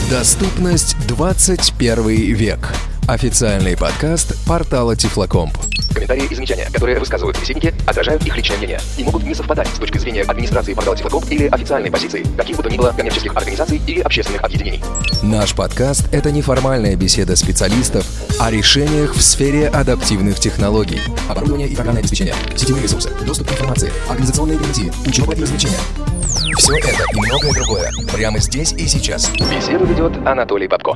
Доступность 21 век. Официальный подкаст портала Тифлокомп. Комментарии и замечания, которые высказывают собеседники, отражают их личное мнение и могут не совпадать с точки зрения администрации портала Тифлокомп или официальной позиции каких бы то ни было коммерческих организаций или общественных объединений. Наш подкаст – это неформальная беседа специалистов о решениях в сфере адаптивных технологий. Оборудование и программное обеспечение, сетевые ресурсы, доступ к информации, организационные гарантии, учеба и развлечения. Все это и многое другое прямо здесь и сейчас. Беседу ведет Анатолий Бабко.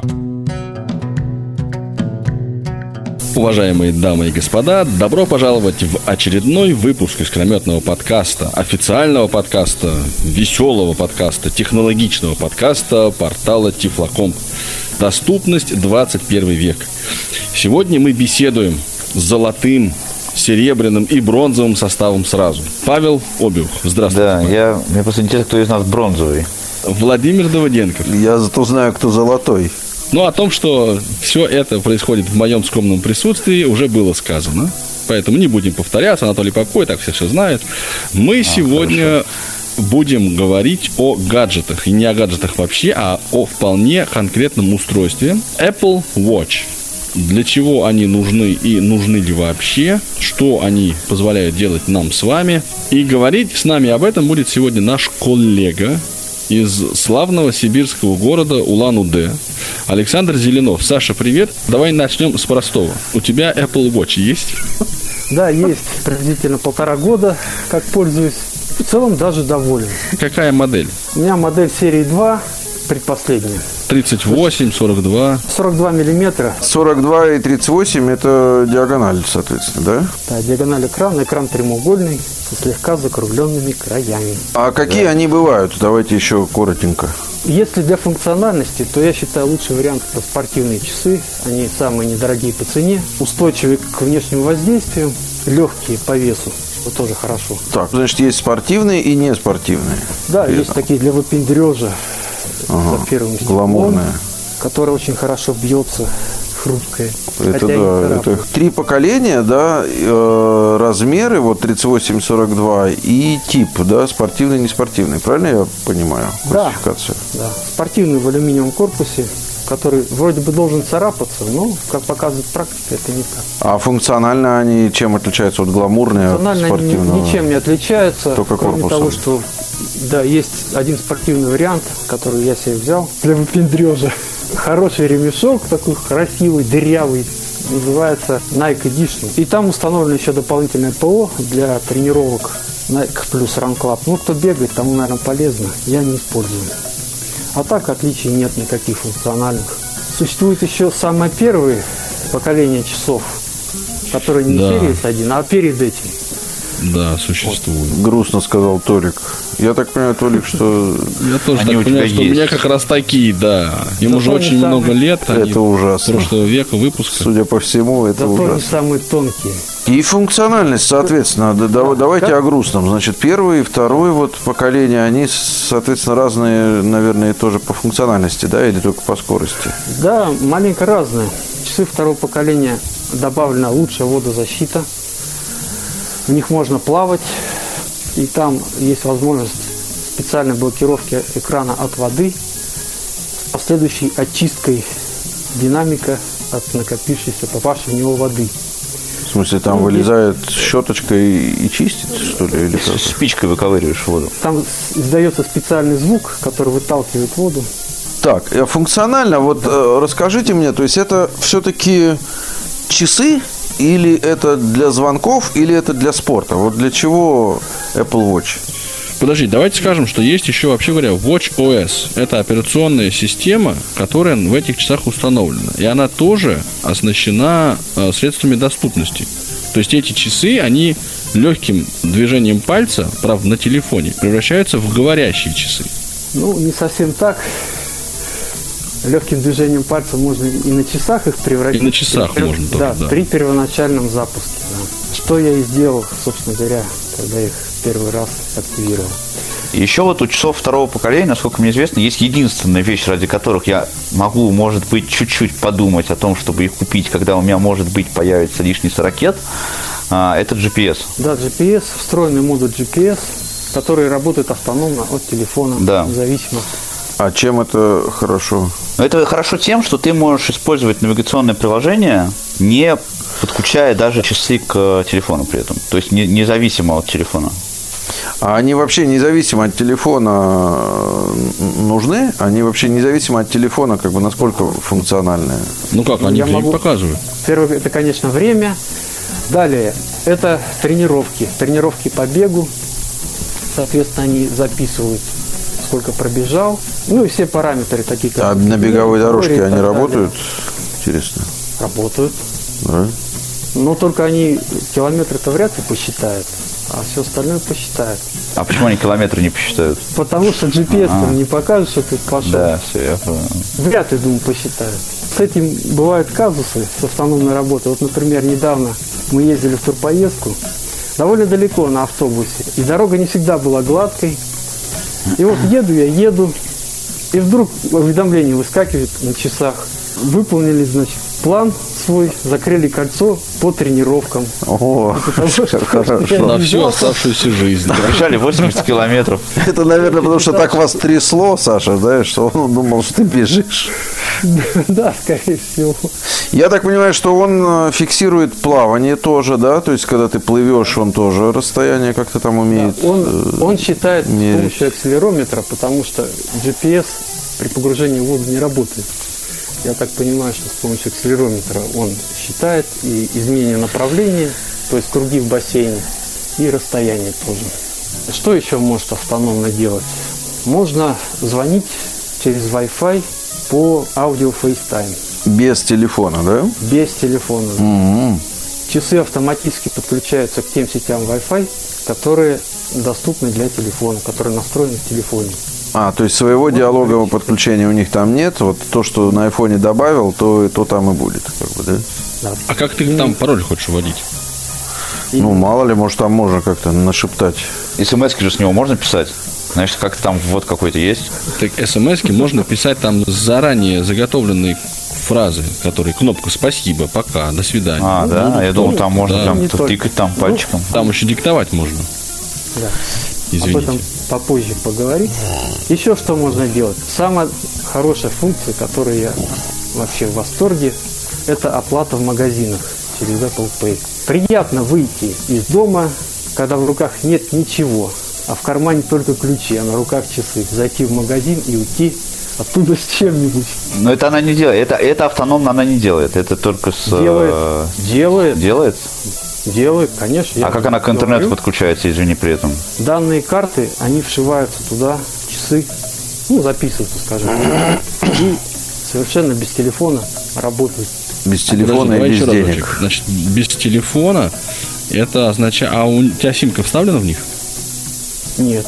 Уважаемые дамы и господа, добро пожаловать в очередной выпуск искрометного подкаста, официального подкаста, веселого подкаста, технологичного подкаста портала Тифлокомп. Доступность 21 век. Сегодня мы беседуем с золотым, серебряным и бронзовым составом сразу. Павел Обиух. Здравствуйте. Да, мне просто интересно, кто из нас бронзовый. Владимир Давыденков. Я зато знаю, кто золотой. Ну, о том, что все это происходит в моем скромном присутствии, уже было сказано. Поэтому не будем повторяться. Анатолий Попко и так все знают. Мы сегодня будем говорить о гаджетах. И не о гаджетах вообще, а о вполне конкретном устройстве Apple Watch. Для чего они нужны и нужны ли вообще, что они позволяют делать нам с вами. И говорить с нами об этом будет сегодня наш коллега из славного сибирского города Улан-Удэ, Александр Зеленов. Саша, привет. Давай начнем с простого. У тебя Apple Watch есть? Да, есть. Приблизительно 1,5 года, как пользуюсь. В целом даже доволен. Какая модель? У меня модель серии 2, предпоследняя. 38, 42. 42 миллиметра. 42 и 38 – это диагональ, соответственно, да? Да, диагональ экрана. Экран прямоугольный, со слегка закругленными краями. А какие они бывают? Давайте еще коротенько. Если для функциональности, то я считаю лучший вариант – это спортивные часы. Они самые недорогие по цене, устойчивые к внешним воздействиям, легкие по весу. Это тоже хорошо. Так, значит, есть спортивные и неспортивные. Да, есть такие для выпендрежа. Сапфировым стеклом, гламурная, которая очень хорошо бьется, хрупкая. Это да, это 3 поколения, да, размеры, вот 38-42 и тип, да, спортивный, неспортивный, правильно я понимаю классификацию? Да, спортивный в алюминиевом корпусе, который вроде бы должен царапаться, но, как показывает практика, это не так. А функционально они чем отличаются от гламурной, от спортивного? Ничем не отличаются, только кроме корпусом. того, что да, есть один спортивный вариант, который я себе взял для выпендрежа. Хороший ремешок, такой красивый, дырявый, называется Nike Edition. И там установлено еще дополнительное ПО для тренировок Nike плюс Run Club. Ну, кто бегает, тому, наверное, полезно. Я не использую. А так отличий нет никаких функциональных. Существует еще самое первое поколение часов, которые не Series 1, а перед этим. Да, существует. Вот. Грустно сказал Толик. Я так понимаю, Толик, что... Я тоже так понимаю, что у меня как раз такие, да. Им уже очень много лет. Это ужасно. Прошлого века выпуска. Судя по всему, это ужасно. Зато они самые тонкие. И функциональность, соответственно. Давайте о грустном. Значит, первый и второй вот поколение, они, соответственно, разные, наверное, тоже по функциональности, да, или только по скорости? Да, маленько разные. Часы второго поколения добавлена лучшая водозащита. В них можно плавать, и там есть возможность специальной блокировки экрана от воды с последующей очисткой динамика от накопившейся, попавшей в него воды. В смысле, там вылезает щеточка и чистит, что ли? Или как? Спичкой выковыриваешь воду. Там издается специальный звук, который выталкивает воду. Так, функционально, вот расскажите мне, то есть это все-таки часы? Или это для звонков, или это для спорта? Вот для чего Apple Watch? Подожди, давайте скажем, что есть еще, вообще говоря, Watch OS. Это операционная система, которая в этих часах установлена. И она тоже оснащена средствами доступности. То есть эти часы, они легким движением пальца, правда, на телефоне, превращаются в говорящие часы. Ну, не совсем так. Легким движением пальца можно и на часах их превратить. И на часах можно тоже, да. При первоначальном запуске. Да. Что я и сделал, собственно говоря, когда их первый раз активировал. Еще вот у часов второго поколения, насколько мне известно, есть единственная вещь, ради которых я могу, может быть, чуть-чуть подумать о том, чтобы их купить, когда у меня, может быть, появится лишний сорокет. Это GPS. Да, GPS, встроенный модуль GPS, который работает автономно от телефона, независимо. А чем это хорошо? Это хорошо тем, что ты можешь использовать навигационное приложение, не подключая даже часы к телефону при этом. То есть независимо от телефона. А они вообще независимо от телефона нужны? Они вообще независимо от телефона, как бы насколько функциональные? Ну как, они Я могу- показывают. Первое, это, конечно, время. Далее, это тренировки. Тренировки по бегу. Соответственно, они записывают, сколько пробежал. Ну и все параметры, такие как... А на беговой дорожке и так они далее. работают? Интересно. Работают. Да? Но только они километры-то вряд ли посчитают, а все остальное посчитают. А почему они километры не посчитают? Потому что GPS там не покажет, что ты пошел. Да, все, я понял. Вряд ли, думаю, посчитают. С этим бывают казусы с автономной работой. Вот, например, недавно мы ездили в турпоездку довольно далеко на автобусе. И дорога не всегда была гладкой. И вот еду, и вдруг уведомление выскакивает на часах. Выполнили, значит, план свой, закрыли кольцо по тренировкам. О, Потому что я хорошо. На не всю знал, оставшуюся жизнь. Пробежали 80 километров. Это, наверное, потому что так вас трясло, Саша, да, что он думал, что ты бежишь. Да, скорее всего. Я так понимаю, что он фиксирует плавание тоже, да? То есть, когда ты плывешь, он тоже расстояние как-то там умеет. Он считает с мерить. помощью акселерометра, потому что GPS при погружении в воду не работает. Я так понимаю, что с помощью акселерометра он считает и изменение направления, то есть круги в бассейне, и расстояние тоже. Что еще может автономно делать? Можно звонить через Wi-Fi по аудио FaceTime. Без телефона, да? Без телефона. Часы автоматически подключаются к тем сетям Wi-Fi, которые доступны для телефона, которые настроены в телефоне. А, то есть своего диалогового подключения у них там нет. Вот то, что на айфоне добавил, то там и будет, как бы, да? А как ты там пароль хочешь вводить? Ну, мало ли, может, там можно как-то нашептать. СМС-ки же с него можно писать? Значит, как там ввод какой-то есть? Так смс-ки можно писать там заранее заготовленные фразы, которые кнопка «Спасибо», «Пока», «До свидания». А, да? Я думал, там можно да. прям Не только. тыкать там пальчиком. Там еще диктовать можно. Да. Извините. Об этом попозже поговорить. Еще что можно делать? Самая хорошая функция, которой я вообще в восторге, это оплата в магазинах через Apple Pay. Приятно выйти из дома, когда в руках нет ничего, а в кармане только ключи, а на руках часы. Зайти в магазин и уйти оттуда с чем-нибудь. Но это она не делает. Это автономно она не делает. Это только с... Делает, Делает? конечно. А как она к интернету подключается, извини, при этом? Данные карты, они вшиваются туда, часы, записываются, скажем так, и совершенно без телефона работают. Без телефона Подожди, давай и без еще денег. разочек. Значит, без телефона это означает... А у тебя симка вставлена в них? Нет.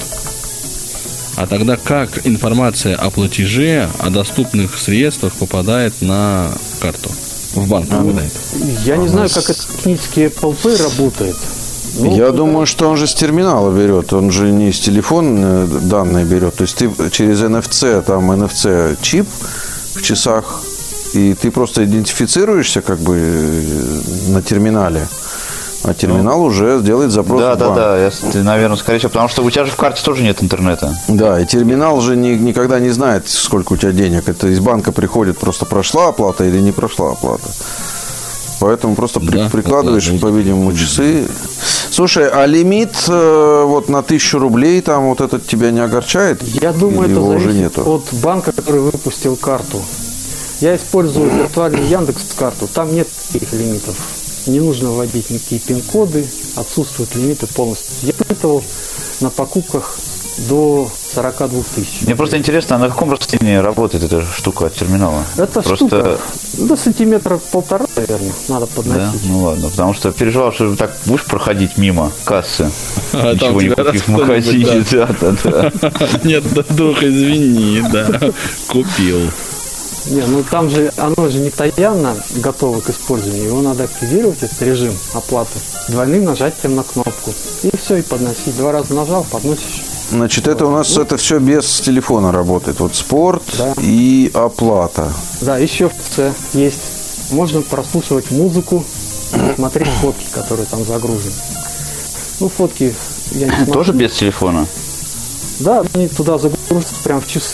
А тогда как информация о платеже, о доступных средствах попадает на карту? В банк попадает? Я не знаю, как это технически Apple Pay работает. Я думаю, что он же с терминала берет, он же не с телефона данные берет. То есть ты через NFC, там NFC чип в часах, и ты просто идентифицируешься как бы на терминале. А терминал уже сделает запрос в банк. Да, ты, наверное, скорее всего, потому что у тебя же в карте тоже нет интернета. Да, и терминал же никогда не знает, сколько у тебя денег. Это из банка приходит, просто прошла оплата или не прошла оплата. Поэтому просто прикладываешь, по-видимому, часы. Слушай, а лимит вот на 1000 рублей там вот этот тебя не огорчает? Я думаю, Или это его уже зависит нету? от банка, который выпустил карту. Я использую виртуальную Яндекс.Карту, там нет таких лимитов. Не нужно вводить никакие пин-коды, отсутствуют лимиты полностью. Я испытывал на покупках до 42 тысяч. Мне просто интересно, а на каком расстоянии работает эта штука от терминала? Это Просто... штука до сантиметра 1,5, наверное, надо Да? подносить. Ну ладно, потому что переживал, что так будешь проходить мимо кассы, А там ничего не тебя купив в раз магазине. кто-нибудь, Да. Нет, друг, извини, да, купил. Не, ну там же, оно же не постоянно готово к использованию. Его надо активировать, этот режим оплаты, двойным нажатием на кнопку. И все, и подносить. 2 раза нажал, подносишь. Значит, это у нас это все без телефона работает. Вот спорт Да. и оплата. Да, еще функция есть. Можно прослушивать музыку, смотреть фотки, которые там загружены. Ну, фотки я не смотрю. Тоже без телефона? Да, они туда загрузятся прям в часы.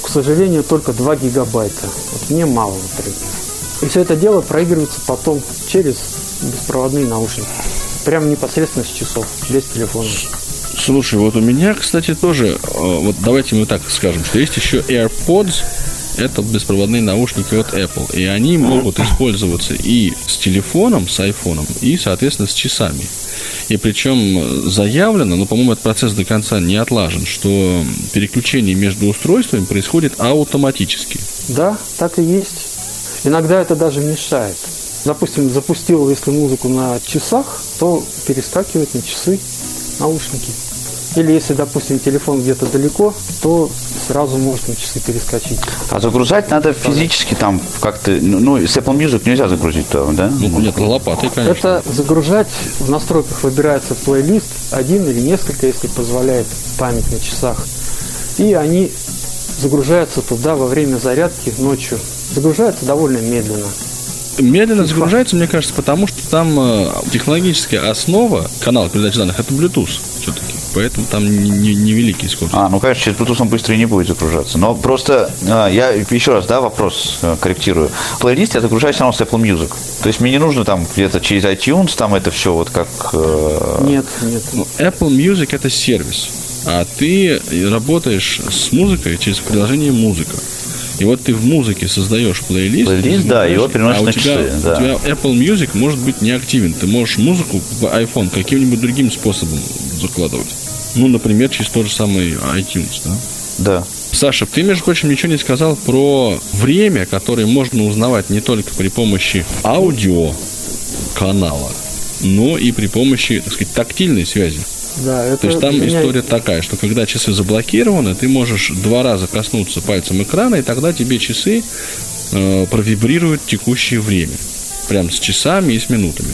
к сожалению, только 2 гигабайта. Вот мне мало, например. И все это дело проигрывается потом через беспроводные наушники. Прямо непосредственно с часов, без телефона. Слушай, вот у меня, кстати, тоже, вот давайте мы так скажем, что есть еще AirPods, это беспроводные наушники от Apple, и они могут использоваться и с телефоном, с айфоном, и, соответственно, с часами. И причем заявлено, но, по-моему, этот процесс до конца не отлажен, что переключение между устройствами происходит автоматически. Да, так и есть. Иногда это даже мешает. Допустим, запустил, если музыку на часах, то перескакивает на часы наушники. Или если, допустим, телефон где-то далеко, то сразу может на часы перескочить. А загружать надо физически там как-то... Ну, с Apple Music нельзя загрузить, да? Ну, нет, лопатой, конечно. Это загружать в настройках выбирается плейлист, один или несколько, если позволяет память на часах. И они загружаются туда во время зарядки ночью. Загружаются довольно медленно. Медленно загружается, мне кажется, потому что там технологическая основа канала передачи данных — это Bluetooth все-таки. Поэтому там невеликий скорость. Ну, конечно, через Bluetooth он быстро и не будет загружаться. Но просто я еще раз, вопрос корректирую. Плейлист я загружаю все равно с Apple Music. То есть мне не нужно там где-то через iTunes, там это все вот как... Нет. Ну, Apple Music — это сервис. А ты работаешь с музыкой через приложение «Музыка». И вот ты в музыке создаешь плейлист, да, его переносишь на часы. Да. У тебя Apple Music может быть не активен. Ты можешь музыку в iPhone каким-нибудь другим способом закладывать. Ну, например, через тот же самый iTunes, да? Да. Саша, ты, между прочим, ничего не сказал про время, которое можно узнавать не только при помощи аудиоканала, но и при помощи, так сказать, тактильной связи. Да, это То есть там история такая, что когда часы заблокированы, ты можешь 2 раза коснуться пальцем экрана, и тогда тебе часы провибрируют текущее время. Прям с часами и с минутами.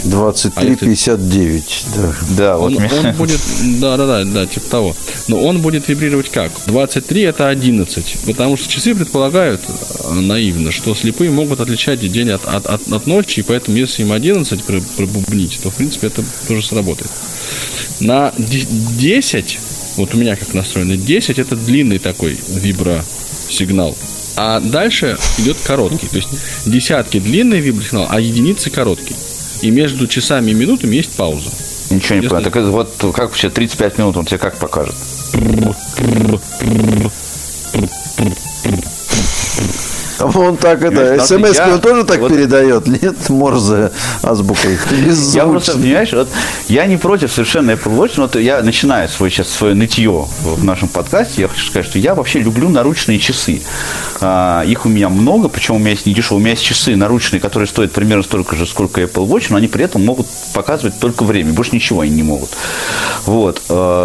23:59, да. Да, вот он будет, да, типа того. Но он будет вибрировать как? 23 это 11. Потому что часы предполагают наивно, что слепые могут отличать день от ночи, и поэтому если им 11 пробубнить, то в принципе это тоже сработает. На 10, вот у меня как настроено, 10 это длинный такой вибросигнал. А дальше идет короткий. То есть десятки длинный вибросигнал, а единицы короткий. И между часами и минутами есть пауза. Ничего не понял. Так вот как вообще 35 минут он тебе как покажет? Он так смс-ки он тоже так передает, нет, Морзе азбукой. Я просто, понимаешь, вот я не против совершенно Apple Watch, но я начинаю свое нытье в нашем подкасте. Я хочу сказать, что я вообще люблю наручные часы. Их у меня много, причем у меня есть не дешевые. У меня есть часы наручные, которые стоят примерно столько же, сколько Apple Watch, но они при этом могут показывать только время. Больше ничего они не могут. Вот.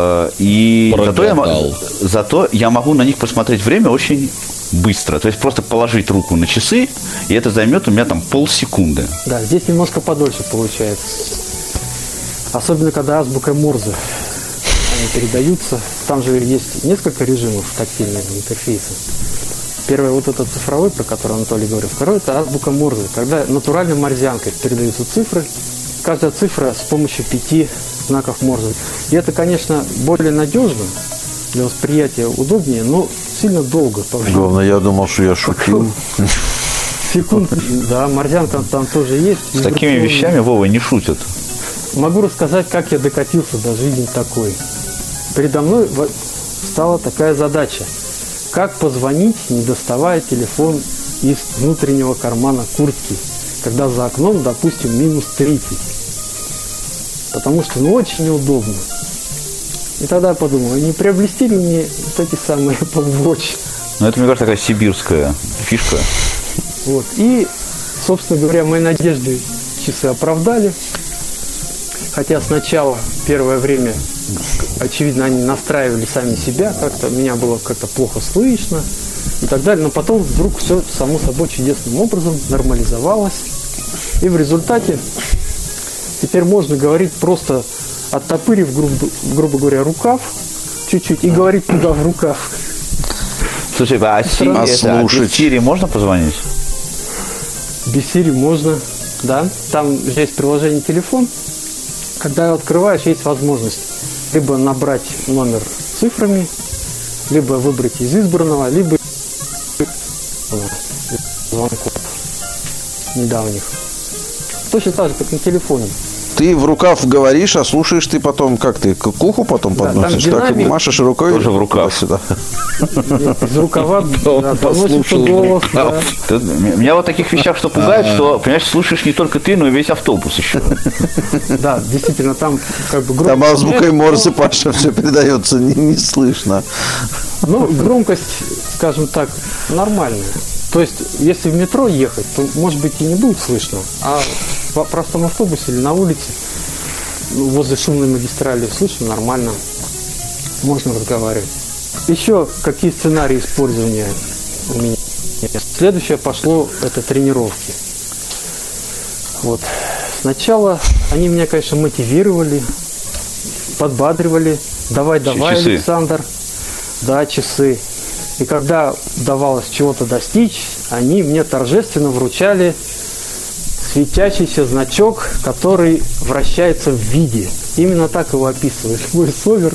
И зато я могу на них посмотреть время очень быстро. То есть просто положить руку на часы, и это займет у меня там полсекунды. Да, здесь немножко подольше получается. Особенно, когда азбука Морзе они передаются. Там же есть несколько режимов тактильного интерфейса. Первый вот этот цифровой, про который Анатолий говорил. Второй — это азбука Морзе, когда натуральной морзянкой передаются цифры. Каждая цифра с помощью 5 знаков Морзе. И это, конечно, более надежно, для восприятия удобнее, но сильно долго. Главное, я думал, что я шутил. Секунд. Да, морзянка там тоже есть. С такими вещами, Вова, не шутят. Могу рассказать, как я докатился до жизни такой. Передо мной стала такая задача. Как позвонить, не доставая телефон из внутреннего кармана куртки, когда за окном, допустим, минус 30. Потому что, очень неудобно. И тогда я подумал, не приобрести ли мне вот эти самые Apple Watch? Ну, это, мне кажется, такая сибирская фишка. Вот. И, собственно говоря, мои надежды часы оправдали. Хотя сначала, первое время, очевидно, они настраивали сами себя, как-то меня было как-то плохо слышно и так далее. Но потом вдруг все само собой чудесным образом нормализовалось. И в результате теперь можно говорить просто оттопырив, грубо говоря, рукав чуть-чуть и говорить туда в рукав. Слушай, а без Siri можно позвонить? Без Siri можно, да. Там же есть приложение «Телефон». Когда открываешь, есть возможность либо набрать номер цифрами, либо выбрать из избранного, либо звонков недавних. Точно так же, как на телефоне. Ты в рукав говоришь, а слушаешь ты потом, как ты, к уху потом подносишь? там Так динамик. машешь рукой? Тоже в рукав. Сюда. Из рукава доносится послушал голос. Да. Меня вот таких вещах что пугает, что, понимаешь, слушаешь не только ты, но и весь автобус еще. Да, действительно, там как бы громкость. Там азбукой Морзе, Паша, все передается, не слышно. Ну, громкость, скажем так, нормальная. То есть, если в метро ехать, то, может быть, и не будет слышно. А в простом автобусе или на улице, возле шумной магистрали, слышно нормально. Можно разговаривать. Еще какие сценарии использования у меня? Следующее пошло – это тренировки. Вот. Сначала они меня, конечно, мотивировали, подбадривали. Давай, Часы. Александр. Да, часы. И когда удавалось чего-то достичь, они мне торжественно вручали светящийся значок, который вращается в виде. Именно так его описывает мой совер.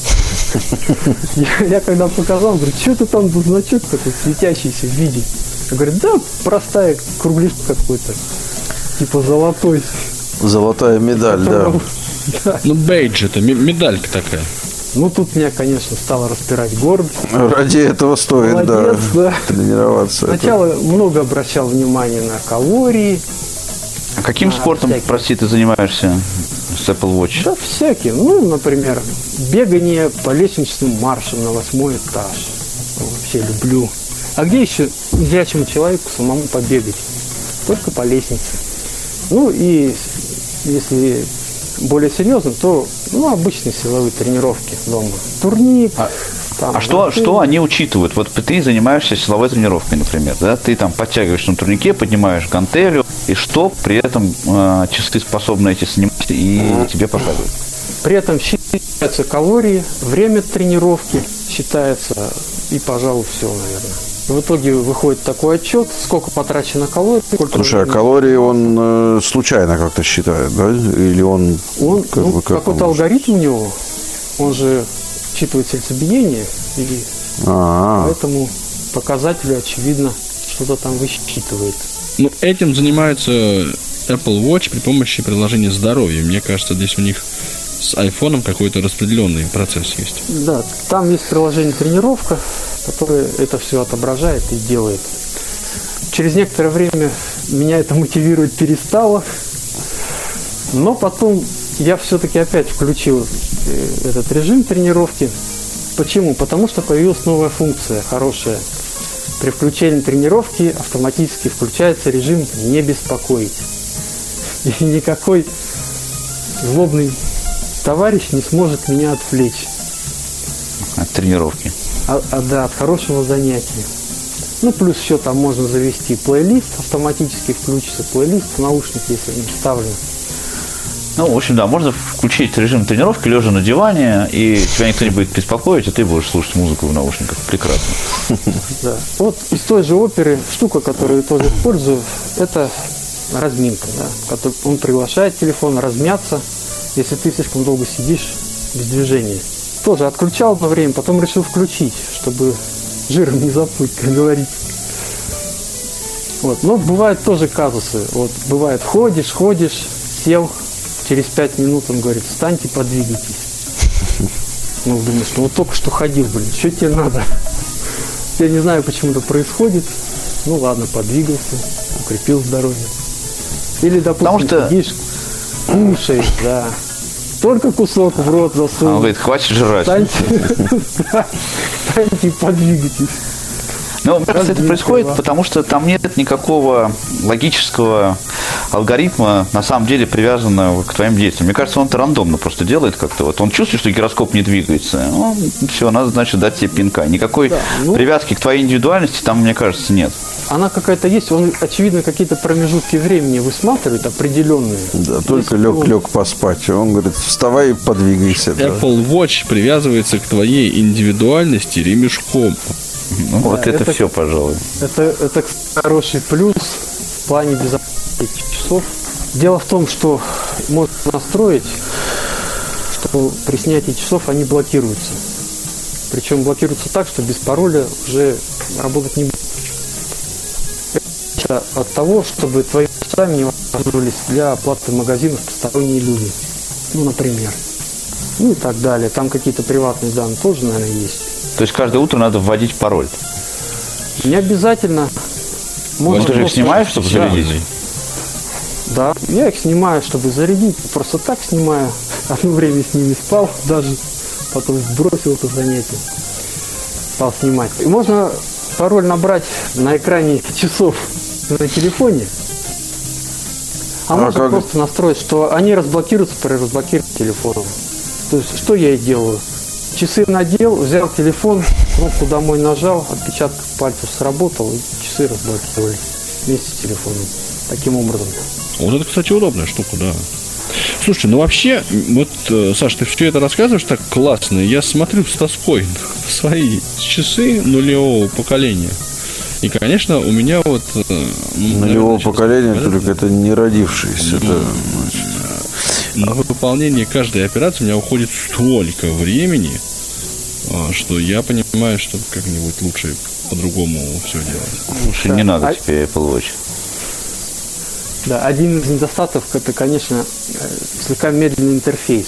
Я когда показал, говорю, что это там за значок такой светящийся в виде? Я говорю, да, простая кругляшка какой-то, типа золотой. Золотая медаль, да. Да. Ну, бейдж это, медалька такая. Ну, тут меня, конечно, стало распирать гордость. Ради этого стоит, Молодец, да. тренироваться. Сначала много обращал внимания на калории. А каким спортом, всякие. прости, ты занимаешься с Apple Watch? Да, всякие. Ну, например, бегание по лестничным маршам на 8 этаж. Вообще люблю. А где еще незрячему человеку самому побегать? Только по лестнице. Ну, и если более серьезно, то обычные силовые тренировки дома. Турник. А что они учитывают? Вот ты занимаешься силовой тренировкой, например, да? Ты там подтягиваешь на турнике, поднимаешь гантелю, и что при этом часы способны эти снимать и тебе показывают? При этом считаются калории, время тренировки считается, и, пожалуй, все, наверное. В итоге выходит такой отчет, сколько потрачено калорий. Слушай, а калории он случайно как-то считает, да? Или он... какой-то алгоритм у него, он же считывает сердцебиение, и поэтому показатели, очевидно, что-то там высчитывает. Ну, этим занимаются Apple Watch при помощи приложения здоровья. Мне кажется, здесь у них с айфоном какой-то распределенный процесс есть. Да, там есть приложение тренировка, которое это все отображает и делает. Через некоторое время меня это мотивировать перестало, но потом я все-таки опять включил этот режим тренировки. Почему? Потому что появилась новая функция, хорошая. При включении тренировки автоматически включается режим «Не беспокоить». И никакой злобный товарищ не сможет меня отвлечь. От тренировки. Да, от хорошего занятия. Ну, плюс еще там можно завести плейлист, автоматически включится плейлист в наушнике, если он вставлен. Ну, в общем, да, можно включить режим тренировки, лежа на диване, и тебя никто не будет беспокоить, а ты будешь слушать музыку в наушниках. Прекрасно. Да. Вот из той же оперы штука, которую я тоже использую, это разминка. Да? Он приглашает телефон размяться, если ты слишком долго сидишь без движения. Тоже отключал одно время, потом решил включить, чтобы жиром не заплыть, как говорится. Вот. Но бывают тоже казусы. Вот, бывает, ходишь, сел, через 5 минут он говорит, встаньте, подвигайтесь. Ну, думаешь, вот только что ходил, что тебе надо? Я не знаю, почему это происходит. Ну, ладно, подвигался, укрепил здоровье. Или, допустим, сидишь, кушаешь, да. Только кусок в рот засунул. Он говорит, хватит жрать. Встаньте и подвигайтесь. Ну, мне кажется, это происходит, потому что там нет никакого логического алгоритма, на самом деле, привязанного к твоим действиям. Мне кажется, он это рандомно просто делает как-то. Вот он чувствует, что гироскоп не двигается. Все, надо, значит, дать тебе пинка. Никакой привязки к твоей индивидуальности там, мне кажется, нет. Она какая-то есть, он, очевидно, какие-то промежутки времени высматривает определенные. Да, только лег поспать. Он говорит, вставай и подвигайся. Apple Watch привязывается к твоей индивидуальности ремешком. Ну, да, вот это все, пожалуй. Это хороший плюс в плане безопасности часов. Дело в том, что можно настроить, что при снятии часов они блокируются. Причем блокируются так, что без пароля уже работать не будет. защита от того, чтобы твоими часами не воспользовались для оплаты магазинов посторонние люди. Ну, например. Ну и так далее. Там какие-то приватные данные тоже, наверное, есть. То есть каждое утро надо вводить пароль? Не обязательно. Ты же их снимаешь, чтобы зарядить? Да, я их снимаю, чтобы зарядить. Просто так снимаю. Одно время с ними спал даже. Потом бросил это занятие. Стал снимать. И можно пароль набрать на экране часов на телефоне. А можно просто настроить, что они разблокируются при разблокировании телефона. То есть, что я и делаю. Часы надел, взял телефон, кнопку «Домой» нажал, отпечаток пальцев сработал, и часы разблокировались вместе с телефоном. Таким образом. Вот это, кстати, удобная штука, да. Слушайте, ну вообще, вот, Саш, ты все это рассказываешь так классно. Я смотрю с тоской на свои часы нулевого поколения. И, конечно, у меня вот... нулевого поколения, только это не родившиеся. Это, на выполнение каждой операции у меня уходит столько времени, что я понимаю, что как-нибудь лучше по-другому все делать. Лучше не надо тебе Apple Watch. Да, один из недостатков – это, конечно, слегка медленный интерфейс.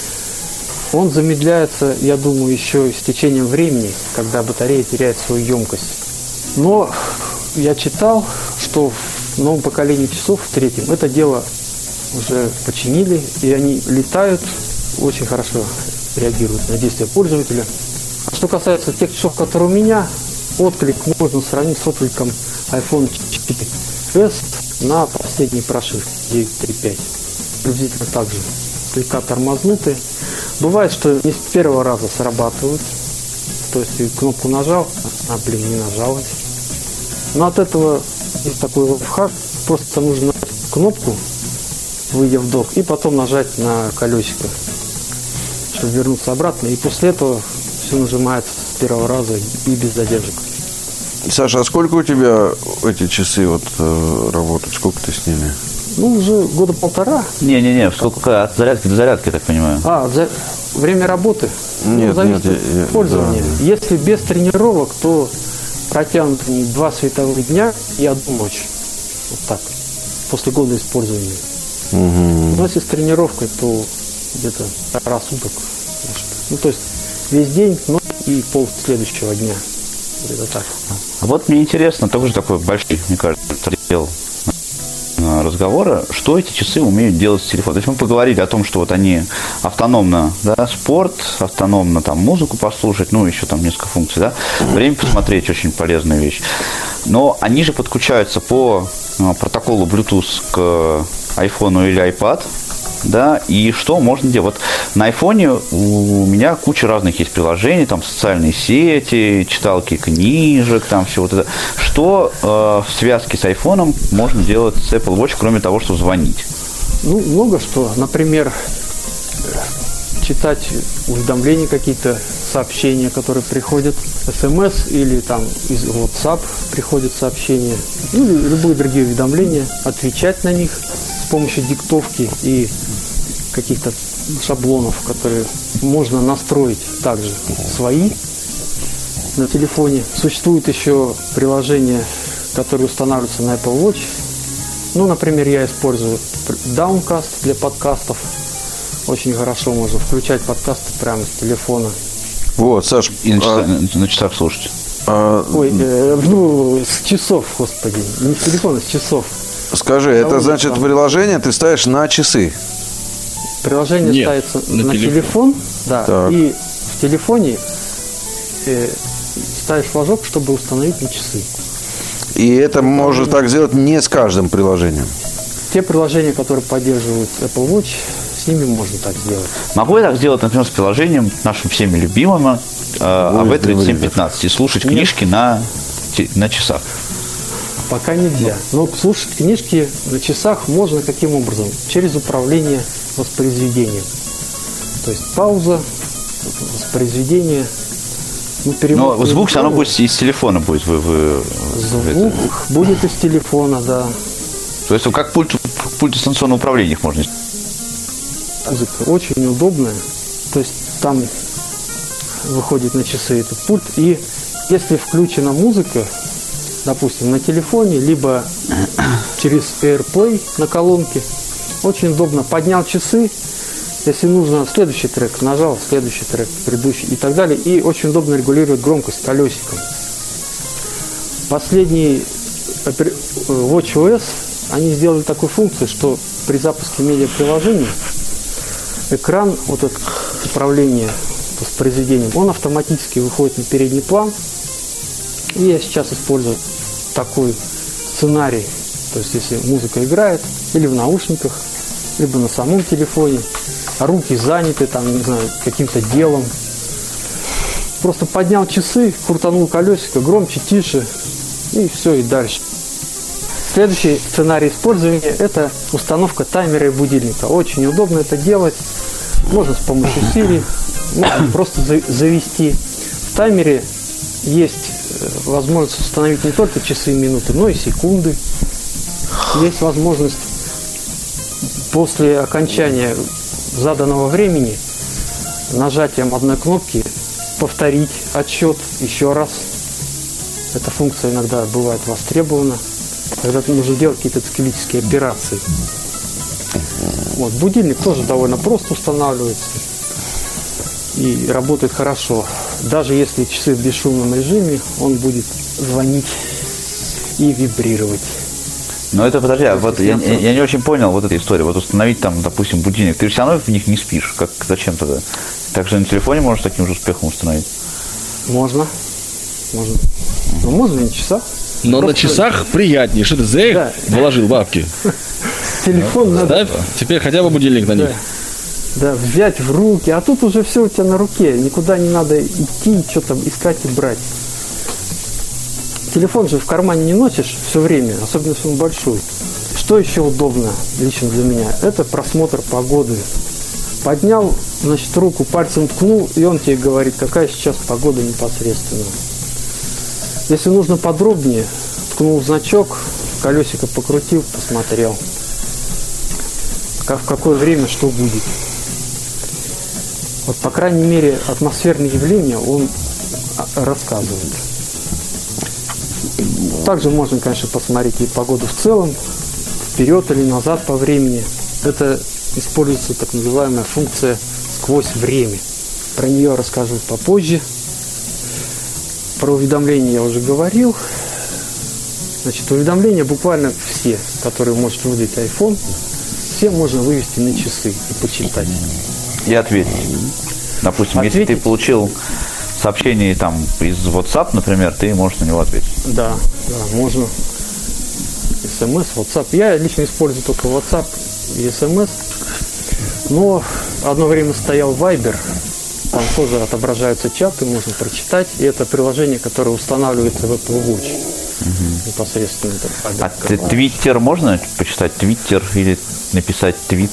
Он замедляется, я думаю, еще с течением времени, когда батарея теряет свою емкость. Но я читал, что в новом поколении часов, в третьем, это дело уже починили, и они летают, очень хорошо реагируют на действия пользователя. А что касается тех часов, которые у меня, отклик можно сравнить с откликом iPhone 4s на последней прошивке 9.3.5. Приблизительно так же. Слегка тормознуты. Бывает, что не с первого раза срабатывают. То есть ты кнопку нажал, не нажалась. Но от этого есть такой лайфхак. Просто нужно нажать кнопку, выйдя в док, и потом нажать на колесико, чтобы вернуться обратно. И после этого все нажимается с первого раза и без задержек. Саша, а сколько у тебя эти часы вот работают? Сколько ты с ними? Ну, уже года полтора. Не, сколько от зарядки до зарядки, я так понимаю. Время работы? Нет, зависит от пользования. Да. Если без тренировок, то протянуты 2 световых дня и 1 ночь. Вот так. После года использования. Угу. Но если с тренировкой, то где-то 1,5 суток. Ну, то есть весь день, ночь и пол следующего дня. Где-то так. А вот мне интересно, тоже такой большой, мне кажется, раздел разговора, что эти часы умеют делать с телефоном. То есть мы поговорили о том, что вот они автономно, да, спорт, автономно там музыку послушать, ну, еще там несколько функций, да, время посмотреть, очень полезная вещь. Но они же подключаются по протоколу Bluetooth к iPhone или iPad, да, и что можно делать? Вот на айфоне у меня куча разных есть приложений, там социальные сети, читалки книжек, там все вот это. Что в связке с айфоном можно делать с Apple Watch, кроме того, что звонить? Ну, много что. Например, читать уведомления, какие-то сообщения, которые приходят, смс или там из WhatsApp приходят сообщения, ну, или любые другие уведомления, отвечать на них с помощью диктовки и каких-то шаблонов, которые можно настроить также свои на телефоне. Существует еще приложение, которое устанавливается на Apple Watch. Ну, например, я использую Downcast для подкастов. Очень хорошо можно включать подкасты прямо с телефона. Вот, Саш, и на часах слушать. С часов, господи, не с телефона, с часов. Скажи, это значит приложение ты ставишь на часы? Приложение ставится на телефон, да, так. И в телефоне ставишь флажок, чтобы установить на часы. И это можно так сделать не с каждым приложением? Те приложения, которые поддерживают Apple Watch, с ними можно так сделать. Могу я так сделать, например, с приложением нашим всеми любимым AV3715 и слушать книжки на часах? Пока нельзя. Но слушать книжки на часах можно каким образом? Через управление воспроизведением. То есть пауза, воспроизведение. Но звук все равно будет из телефона будет. Звук будет из телефона, да. То есть как пульт дистанционного управления их можно. Музыка очень удобная. То есть там выходит на часы этот пульт. И если включена музыка, допустим, на телефоне, либо через AirPlay на колонке. Очень удобно. Поднял часы, если нужно следующий трек, нажал следующий трек, предыдущий и так далее. И очень удобно регулировать громкость колесиком. Последний WatchOS, они сделали такую функцию, что при запуске медиаприложения экран, вот это управление воспроизведением, он автоматически выходит на передний план. И я сейчас использую такой сценарий. То есть, если музыка играет, или в наушниках, либо на самом телефоне, а руки заняты, там, не знаю, каким-то делом. Просто поднял часы, крутанул колесико, громче, тише, и все, и дальше. Следующий сценарий использования – это установка таймера и будильника. Очень удобно это делать. Можно с помощью Siri, можно просто завести. В таймере есть возможность установить не только часы и минуты, но и секунды. Есть возможность после окончания заданного времени нажатием одной кнопки повторить отсчет еще раз. Эта функция иногда бывает востребована, когда нужно делать какие-то циклические операции. Вот, будильник тоже довольно просто устанавливается и работает хорошо. Даже если часы в бесшумном режиме, он будет звонить и вибрировать. Но это, подожди, вот я не очень понял вот эту историю. Вот установить там, допустим, будильник. Ты же все равно в них не спишь. Зачем тогда? Также на телефоне можешь таким же успехом установить? Можно. Но можно и на часах. Но просто на часах приятнее. Что ты за их вложил бабки? Телефон надо... Ставь теперь хотя бы будильник на них. Да, взять в руки. А тут уже все у тебя на руке. Никуда не надо идти, что-то искать и брать. Телефон же в кармане не носишь все время, особенно если он большой. Что еще удобно лично для меня? Это просмотр погоды. Поднял, значит, руку, пальцем ткнул, и он тебе говорит, какая сейчас погода непосредственно. Если нужно подробнее, ткнул в значок, колесико покрутил, посмотрел, в какое время что будет. Вот, по крайней мере, атмосферные явления он рассказывает. Также можно, конечно, посмотреть и погоду в целом, вперед или назад по времени. Это используется так называемая функция «сквозь время». Про нее расскажу попозже. Про уведомления я уже говорил. Значит, уведомления буквально все, которые может выдать iPhone, все можно вывести на часы и почитать. И ответить. Допустим, если ты получил сообщение там из WhatsApp, например, ты можешь на него ответить. Да, можно. SMS, WhatsApp. Я лично использую только WhatsApp и SMS. Но одно время стоял Viber. Там тоже отображаются чаты, можно прочитать. И это приложение, которое устанавливается в Apple Watch. Непосредственно. А Twitter можно почитать? Twitter или написать твит?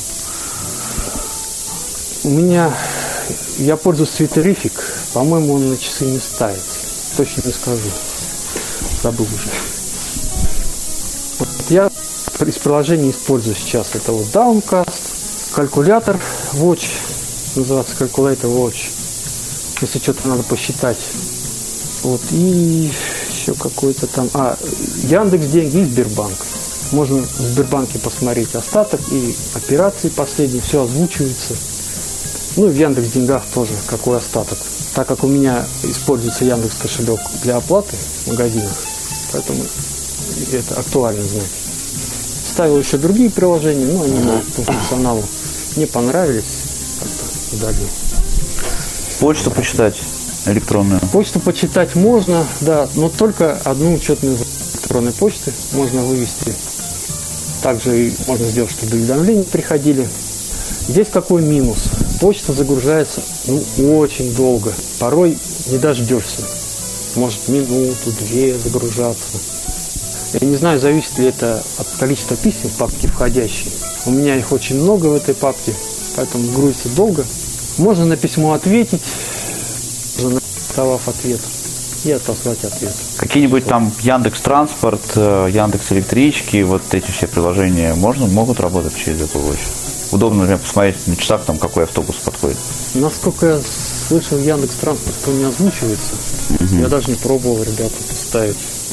У меня... Я пользуюсь Twitterific. По-моему, он на часы не ставится. Точно не скажу. Забыл уже. Вот я из приложений использую сейчас. Это вот Downcast, калькулятор Watch. Называется Calculator Watch. Если что-то надо посчитать. Вот. И еще какой-то там... Яндекс.Деньги и Сбербанк. Можно в Сбербанке посмотреть остаток и операции последние. Все озвучивается. Ну и в Яндекс.Деньгах тоже какой остаток. Так как у меня используется Яндекс кошелек для оплаты в магазинах, поэтому это актуально знать. Ставил еще другие приложения, но они по функционалу не понравились, как-то удалил. Почту почитать электронную? Почту почитать можно, да, но только одну учетную электронной почты можно вывести. Также можно сделать, чтобы уведомления приходили. Здесь какой минус? Почта загружается очень долго. Порой не дождешься. Может минуту, две загружаться. Я не знаю, зависит ли это от количества писем в папке входящей. У меня их очень много в этой папке, поэтому грузится долго. Можно на письмо ответить, написав ответ, и отослать ответ. Какие-нибудь там Яндекс.Транспорт, Яндекс.Электрички, вот эти все приложения могут работать через Apple Watch? Удобно, например, посмотреть на часах, там, какой автобус подходит. Насколько я слышал, Яндекс.Транспорт не озвучивается. Я даже не пробовал, ребята, ставить.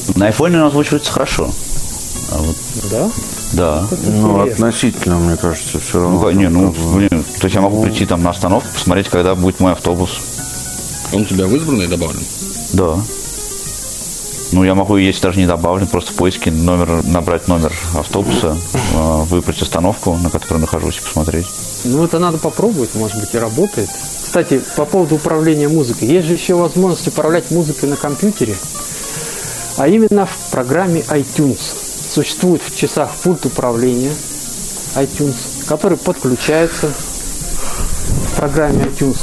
На айфоне он озвучивается хорошо. А вот, Да? да. Ну, относительно, мне кажется, все равно. То есть я могу прийти там на остановку, посмотреть, когда будет мой автобус. Он у тебя в избранный добавлен? Да. Ну, я могу, если даже не добавлен, просто в поиске набрать номер автобуса, выбрать остановку, на которой нахожусь, и посмотреть. Ну, это надо попробовать, может быть, и работает. Кстати, по поводу управления музыкой. Есть же еще возможность управлять музыкой на компьютере, а именно в программе iTunes. Существует в часах пульт управления iTunes, который подключается в программе iTunes,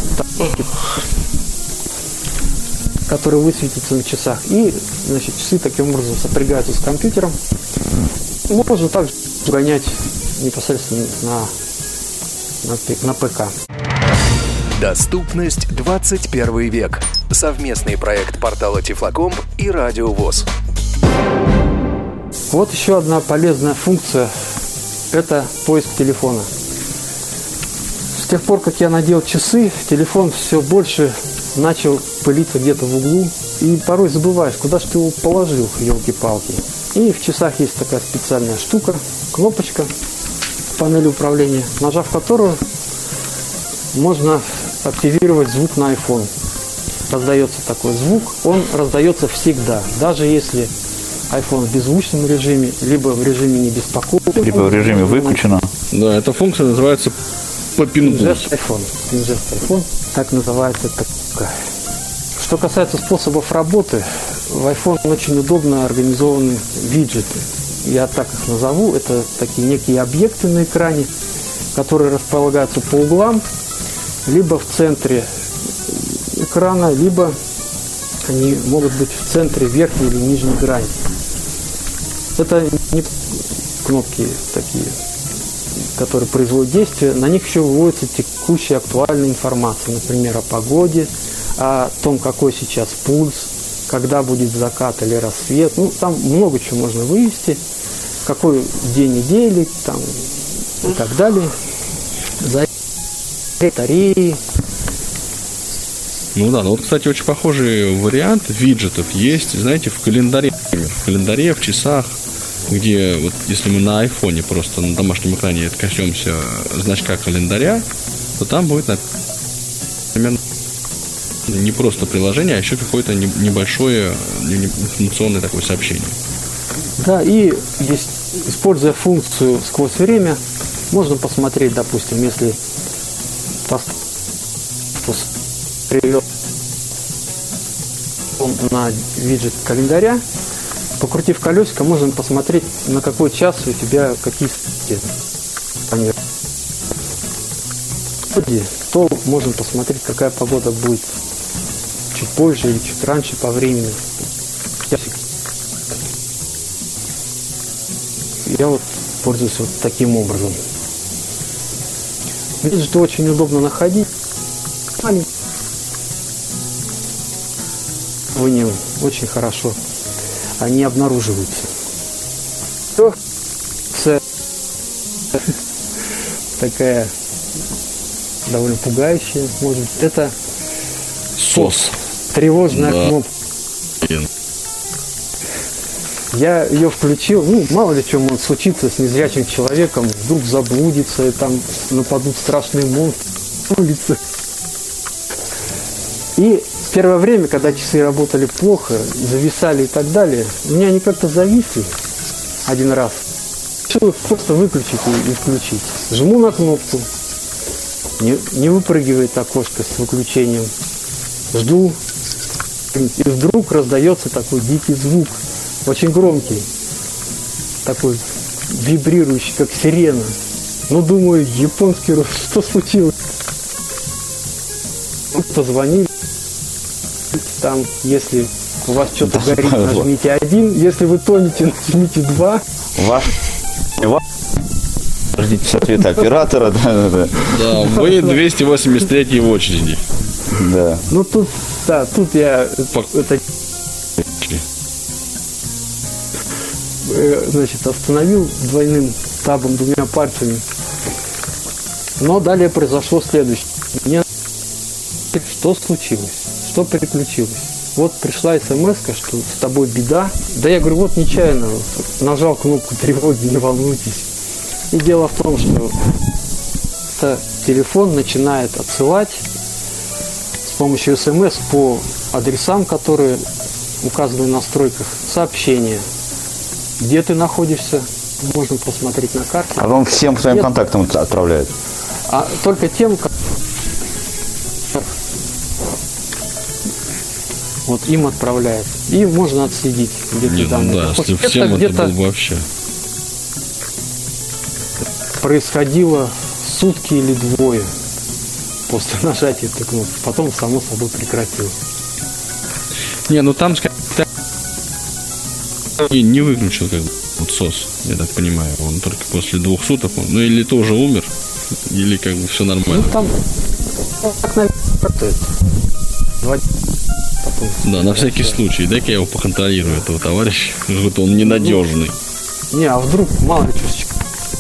который высветится на часах. И, значит, часы таким образом сопрягаются с компьютером. Можно также гонять непосредственно на ПК. Доступность 21 век. Совместный проект портала Тифлокомп и Радио ВОС. Вот еще одна полезная функция – это поиск телефона. С тех пор, как я надел часы, телефон все больше начал пылиться где-то в углу. И порой забываешь, куда же ты его положил, елки-палки. И в часах есть такая специальная штука, кнопочка в панели управления, нажав которую можно активировать звук на iPhone. Раздается такой звук, он раздается всегда, даже если iPhone в беззвучном режиме, либо в режиме не беспокоить, либо в режиме выключено. Да, эта функция называется Pinjust iPhone, так называется такая. Что касается способов работы, в iPhone очень удобно организованы виджеты. Я так их назову, это такие некие объекты на экране, которые располагаются по углам, либо в центре экрана, либо они могут быть в центре верхней или нижней грани. Это не кнопки такие, которые производят действие, на них еще выводится текущая актуальная информация, например, о погоде, о том, какой сейчас пульс, когда будет закат или рассвет. Ну, там много чего можно вывести, какой день недели, там, и так далее. Батареи. Ну да, ну вот, кстати, очень похожий вариант виджетов есть, знаете, в календаре. В календаре, в часах, где вот если мы на айфоне просто на домашнем экране коснемся значка календаря, то там будет, например, не просто приложение, а еще какое-то небольшое информационное такое сообщение. Да, и здесь, используя функцию сквозь время, можно посмотреть, допустим, если привел на виджет календаря, покрутив колесико, можно посмотреть, на какой час у тебя какие то можно посмотреть, какая погода будет чуть позже или чуть раньше по времени. Я вот пользуюсь вот таким образом. Виджеты очень удобно находить. В нем очень хорошо они обнаруживаются. Такая довольно пугающая, может быть, это СОС. Тревожная кнопка. Я ее включил, ну, мало ли что может случиться с незрячим человеком, вдруг заблудится, и там нападут страшные монстры на улице. И в первое время, когда часы работали плохо, зависали и так далее, у меня они как-то зависли один раз. Решил их просто выключить и включить. Жму на кнопку, не выпрыгивает окошко с выключением. Жду, и вдруг раздается такой дикий звук, очень громкий, такой вибрирующий, как сирена. Ну, думаю, японский рост, что случилось? Позвонили, там, если у вас что-то горит, нажмите 1, если вы тонете, нажмите 2. Ждите с ответа оператора. Да, вы 283 в очереди. Да. Ну, тут я значит, остановил двойным табом, двумя пальцами. Но далее произошло следующее. Мне что случилось? Что приключилось? Вот пришла смс-ка, что с тобой беда. Да я говорю, вот нечаянно нажал кнопку тревоги, не волнуйтесь. И дело в том, что телефон начинает отсылать с помощью смс по адресам, которые указаны в настройках, сообщения. Где ты находишься, можно посмотреть на карте. А он всем своим контактам отправляет? А только тем, вот им отправляет. И можно отследить, где ты данные. Да, если всем это было вообще. Происходило сутки или двое после нажатия этой кнопки. Потом, само собой, прекратилось. Не, ну там не выключил как бы вот СОС, я так понимаю. Он только после 2 суток, ну или тоже умер, или как бы все нормально. Ну там так, наверное, да, на всякий случай. Дай-ка я его поконтролирую, этого товарища. Какой-то он ненадежный. Не, а вдруг мало ли чувствует.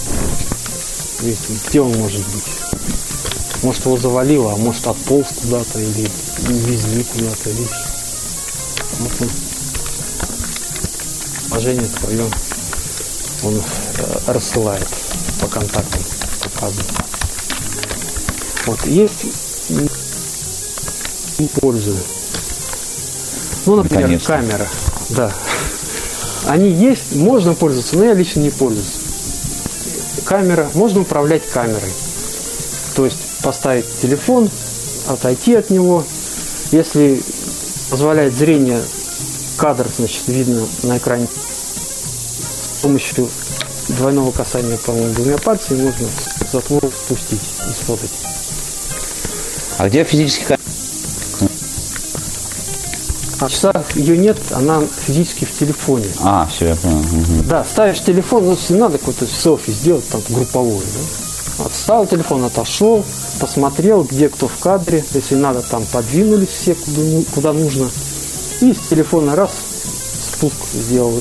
Где он может быть? Может, его завалило, а может, отполз куда-то или увезли куда-то. Или... Вот он. Положение твое он рассылает по контактам. Вот есть, не пользую. Ну, например, Конечно. камера. Да. Они есть, можно пользоваться, но я лично не пользуюсь. Камера, можно управлять камерой. То есть поставить телефон, отойти от него. Если позволяет зрение, кадр, значит, видно на экране с помощью двойного касания, по-моему, 2 пальцами можно затвор спустить и сфотать. А где физический камера? А в часах ее нет, она физически в телефоне. А, все, я понял. Угу. Да, ставишь телефон, ну, если надо какой-то селфи сделать, там, групповой, да? Отставил телефон, отошел, посмотрел, где кто в кадре, если надо, там, подвинулись все, куда нужно. И с телефона раз, спуск сделал.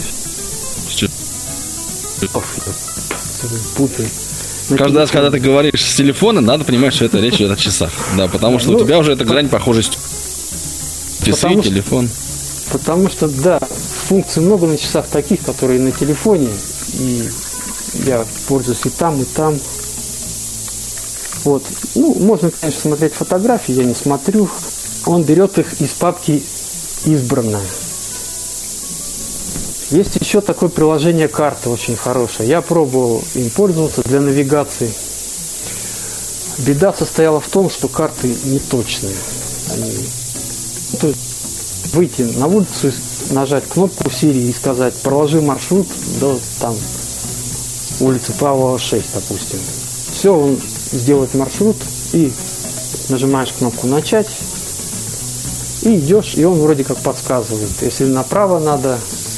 Путаю. Каждый раз, когда ты говоришь с телефона, надо понимать, что это речь идет о часах. Да, потому что у тебя уже эта грань похожа с часы, телефон. Потому что, да, функций много на часах таких, которые на телефоне, и я пользуюсь и там, и там. Вот. Ну, можно, конечно, смотреть фотографии, я не смотрю. Он берет их из папки «Избранное». Есть еще такое приложение «Карта», очень хорошее. Я пробовал им пользоваться для навигации. Беда состояла в том, что карты неточные. То есть выйти на улицу, нажать кнопку Siri и сказать: проложи маршрут до там улицы Павлова 6, допустим. Все, он сделает маршрут, и нажимаешь кнопку «Начать», и идешь, и он вроде как подсказывает. Если направо надо,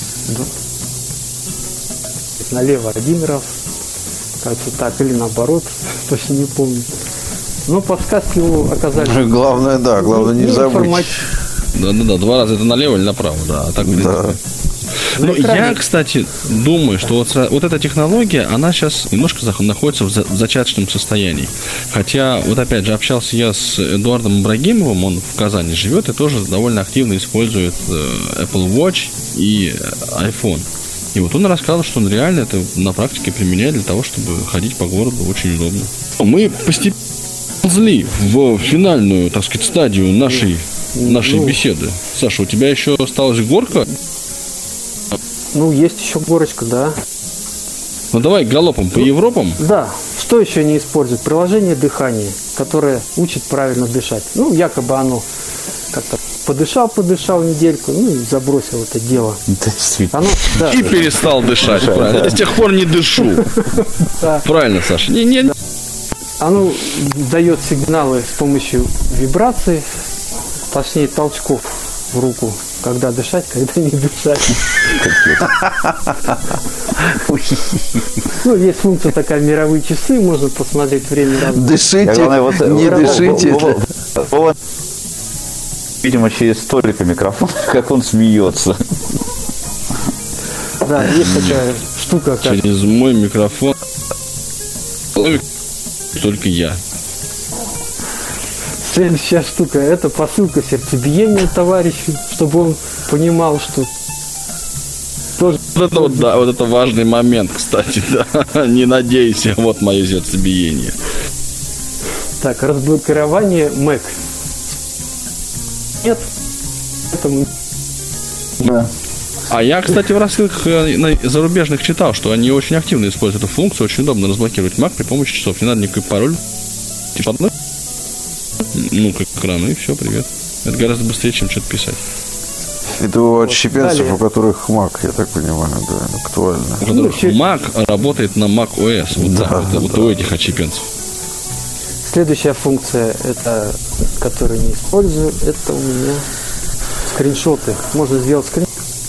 налево 1 раз, кажется так, или наоборот, точно не помню. Но подсказки его оказались... Главное, да, главное не забыть. Да, 2 раза это налево или направо, да. А так, Да. Ну, я, кстати, думаю, что вот эта технология, она сейчас немножко находится в зачаточном состоянии. Хотя, вот опять же, общался я с Эдуардом Ибрагимовым, он в Казани живет и тоже довольно активно использует Apple Watch и iPhone. И вот он рассказал, что он реально это на практике применяет для того, чтобы ходить по городу очень удобно. Мы постепенно ползли в финальную, так сказать, стадию нашей беседы. Саша, у тебя еще осталась горка? Ну, есть еще горочка, да. Ну, давай галопом по Европам. Да. Что еще не используют? Приложение дыхания, которое учит правильно дышать. Ну, якобы оно как-то подышал недельку, ну, и забросил это дело. Действительно. И перестал дышать, правильно. Я с тех пор не дышу. Правильно, Саша. Не. Оно дает сигналы с помощью вибраций, точнее толчков в руку, когда дышать, когда не дышать. Ну, есть функция такая, мировые часы, можно посмотреть время разное. Дышите, не дышите. Видимо, через столько микрофон, как он смеется. Да, есть такая штука, как... Через мой микрофон только я. Следующая штука – это посылка сердцебиения товарищу, чтобы он понимал, что тоже... Вот это вот, да, вот это важный момент, кстати, да. Не надейся, вот мое сердцебиение. Так, разблокирование Mac. Нет. Поэтому... Да. А я, кстати, в рассылках зарубежных читал, что они очень активно используют эту функцию. Очень удобно разблокировать Mac при помощи часов. Не надо никакой пароль. Типа, ну, как экран, и все, привет. Это гораздо быстрее, чем что-то писать. Это у отщепенцев, далее. у которых Mac, я так понимаю, да, актуально. У которых Mac работает на Mac OS. Вот, Да, так, вот у этих отщепенцев. Следующая функция, это, которую не использую, это у меня скриншоты. Можно сделать скриншот.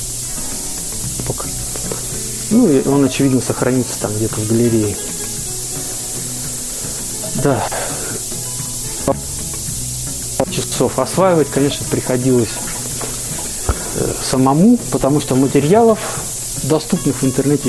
Ну, и он, очевидно, сохранится там где-то в галерее. Да. Часов осваивать, конечно, приходилось самому, потому что материалов, доступных в интернете,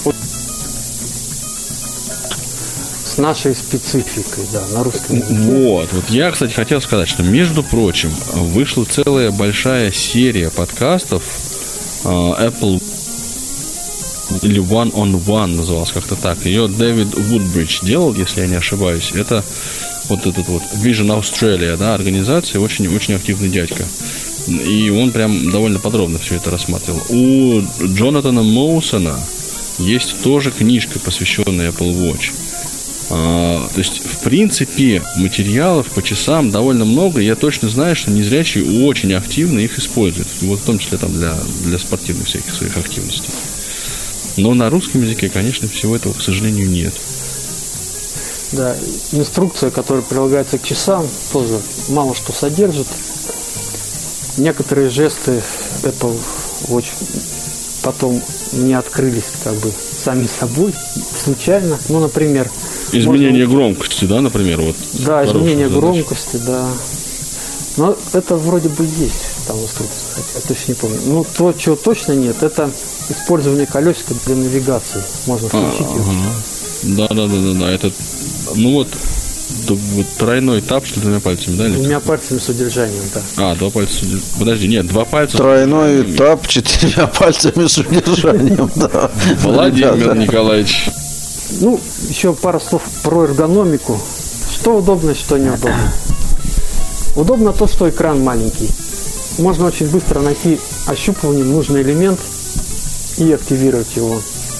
с нашей спецификой, да, на русском языке. Вот я, кстати, хотел сказать, что, между прочим, вышла целая большая серия подкастов Apple или One on One называлась как-то так. Ее Дэвид Вудбридж делал, если я не ошибаюсь. Это вот этот вот Vision Australia, да, организация, очень активный дядька. И он прям довольно подробно все это рассматривал. У Джонатана Моусона есть тоже книжка, посвященная Apple Watch. То есть, в принципе, материалов по часам довольно много. Я точно знаю, что незрячие очень активно их используют. Вот в том числе там для спортивных всяких своих активностей. Но на русском языке, конечно, всего этого, к сожалению, нет. Да, инструкция, которая прилагается к часам, тоже мало что содержит. Некоторые жесты Apple Watch потом не открылись как бы сами собой, случайно. Ну, например... Изменение громкости, да, например? Вот, да, изменение громкости, да. Но это вроде бы есть там инструкция, я точно не помню. Ну, то, чего точно нет, это использование колесика для навигации. Можно включить его. Да. Это, ну вот тройной тап, что двумя пальцами, да? Двумя пальцами с удержанием, да. 2 пальца. Подожди, нет, 2 пальца. Тройной тап 4 пальцами с удержанием, да. Владимир Николаевич. Ну, еще пару слов про эргономику. Что удобно, что неудобно. Удобно то, что экран маленький. Можно очень быстро найти ощупыванием нужный элемент и активировать его.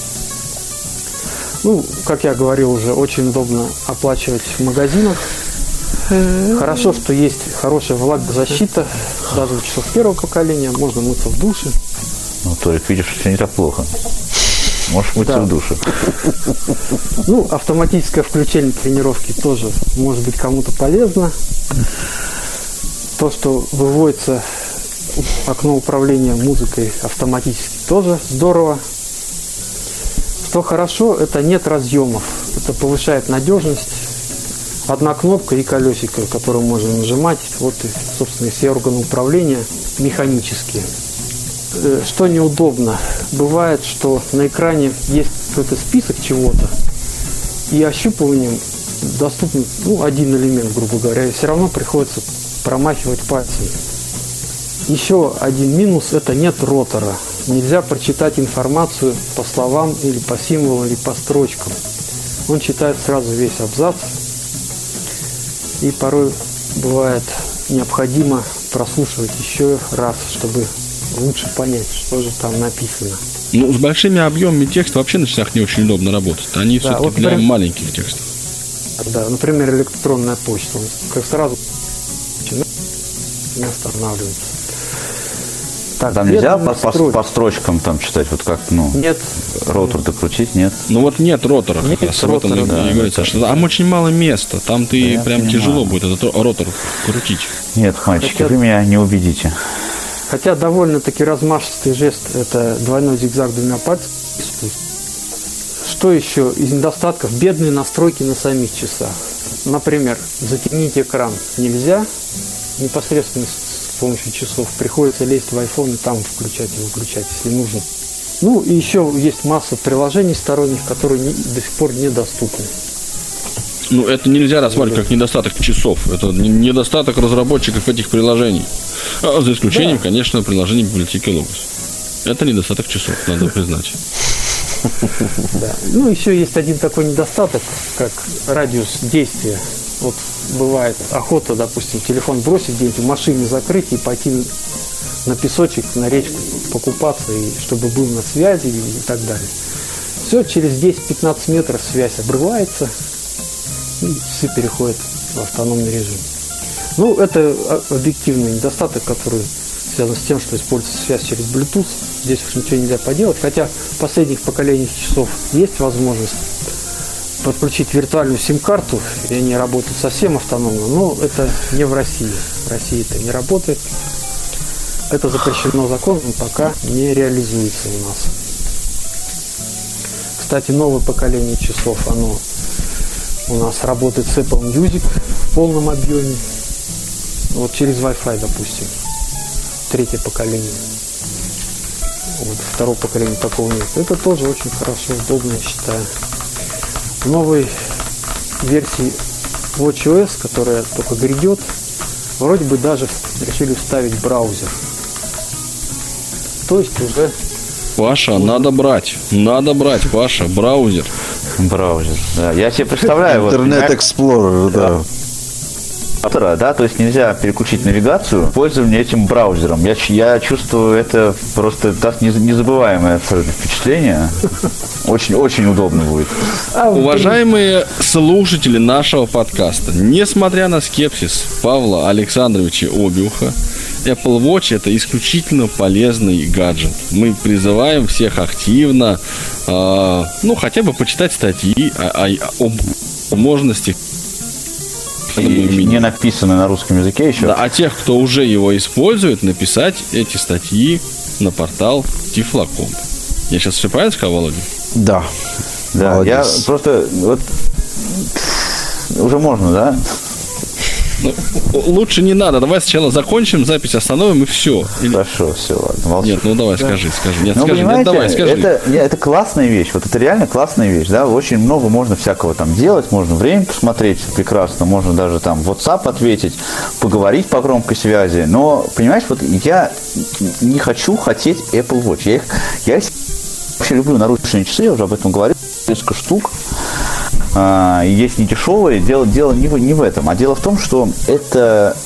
Ну, как я говорил уже, очень удобно оплачивать в магазинах. Хорошо, что есть хорошая влагозащита. Даже у часов первого поколения можно мыться в душе. Ну, Толик, видишь, все не так плохо. Можешь мыться в душе. Ну, автоматическое включение тренировки тоже может быть кому-то полезно. То, что выводится окно управления музыкой автоматически, тоже здорово. Что хорошо, это нет разъемов. Это повышает надежность. Одна кнопка и колесико, которое можно нажимать. Вот и, собственно, все органы управления механические. Что неудобно, бывает, что на экране есть какой-то список чего-то, и ощупыванием доступен один элемент, грубо говоря, и все равно приходится промахивать пальцами. Еще один минус – это нет ротора. Нельзя прочитать информацию по словам или по символам, или по строчкам. Он читает сразу весь абзац, и порой бывает необходимо прослушивать еще раз, чтобы лучше понять, что же там написано. Ну, с большими объемами текста вообще на часах не очень удобно работать. Они все-таки вот для маленьких текстов. Да, например, электронная почта. Он как сразу не останавливается. Так, там нельзя по строчкам там читать, вот как, нет. Ротор докрутить, нет? Ну вот нет ротора, нет как раз об этом и говорится. Что там очень мало места, там ты прям тяжело будет этот ротор крутить. Нет, мальчики, вы меня не убедите. Хотя довольно-таки размашистый жест – это двойной зигзаг двумя пальцами. Что еще из недостатков? Бедные настройки на самих часах. Например, затемнить экран нельзя непосредственно с помощью часов. Приходится лезть в iPhone и там включать и выключать, если нужно. Ну и еще есть масса приложений сторонних, которые до сих пор недоступны. Ну, это нельзя рассматривать как недостаток часов. Это недостаток разработчиков этих приложений. За исключением, конечно, приложений библиотеки Logos. Это недостаток часов, надо признать. Да. Ну, еще есть один такой недостаток, как радиус действия. Вот бывает охота, допустим, телефон бросить где-нибудь, в машине закрыть и пойти на песочек, на речку покупаться, и чтобы был на связи и так далее. Все, через 10-15 метров связь обрывается, и все переходят в автономный режим. Ну, это объективный недостаток, который связан с тем, что используется связь через Bluetooth. Здесь уж ничего нельзя поделать, хотя в последних поколениях часов есть возможность подключить виртуальную сим-карту, и они работают совсем автономно, но это не в России. В России это не работает. Это запрещено законом, пока не реализуется у нас. Кстати, новое поколение часов, оно у нас работает с Apple Music в полном объеме. Вот через Wi-Fi, допустим. Третье поколение. Вот, второе поколение такого нет. Это тоже очень хорошо, удобно, я считаю. В новой версии WatchOS, которая только грядет, вроде бы даже решили вставить браузер. То есть уже... Паша, надо брать, Паша, браузер. Браузер, да. Я себе представляю... Интернет Explorer, да. Да, то есть нельзя переключить навигацию пользования этим браузером. Я чувствую, это просто даст незабываемое впечатление. Очень удобно будет. Уважаемые слушатели нашего подкаста, несмотря на скепсис Павла Александровича Обиуха, Apple Watch — это исключительно полезный гаджет. Мы призываем всех активно, хотя бы почитать статьи об возможностях. Не написаны на русском языке еще. Да, а тех, кто уже его использует, написать эти статьи на портал Тифлокомп. Я сейчас все правильно сказал, Володя? Да. Да, молодец. Я просто... Вот, уже можно, да? Ну, лучше не надо. Давай сначала закончим запись, остановим и все. Хорошо, все, ладно, молчу. Нет, ну давай, скажи. Нет, ну, скажи. Понимаете, нет, давай, скажи. Это классная вещь. Вот это реально классная вещь, да. Очень много можно всякого там делать. Можно время посмотреть прекрасно. Можно даже там в WhatsApp ответить, поговорить по громкой связи. Но, понимаешь, вот я не хочу хотеть Apple Watch. Я вообще люблю наручные часы, я уже об этом говорил. Несколько штук. Есть не дешевые, дело не в этом, а дело в том, что это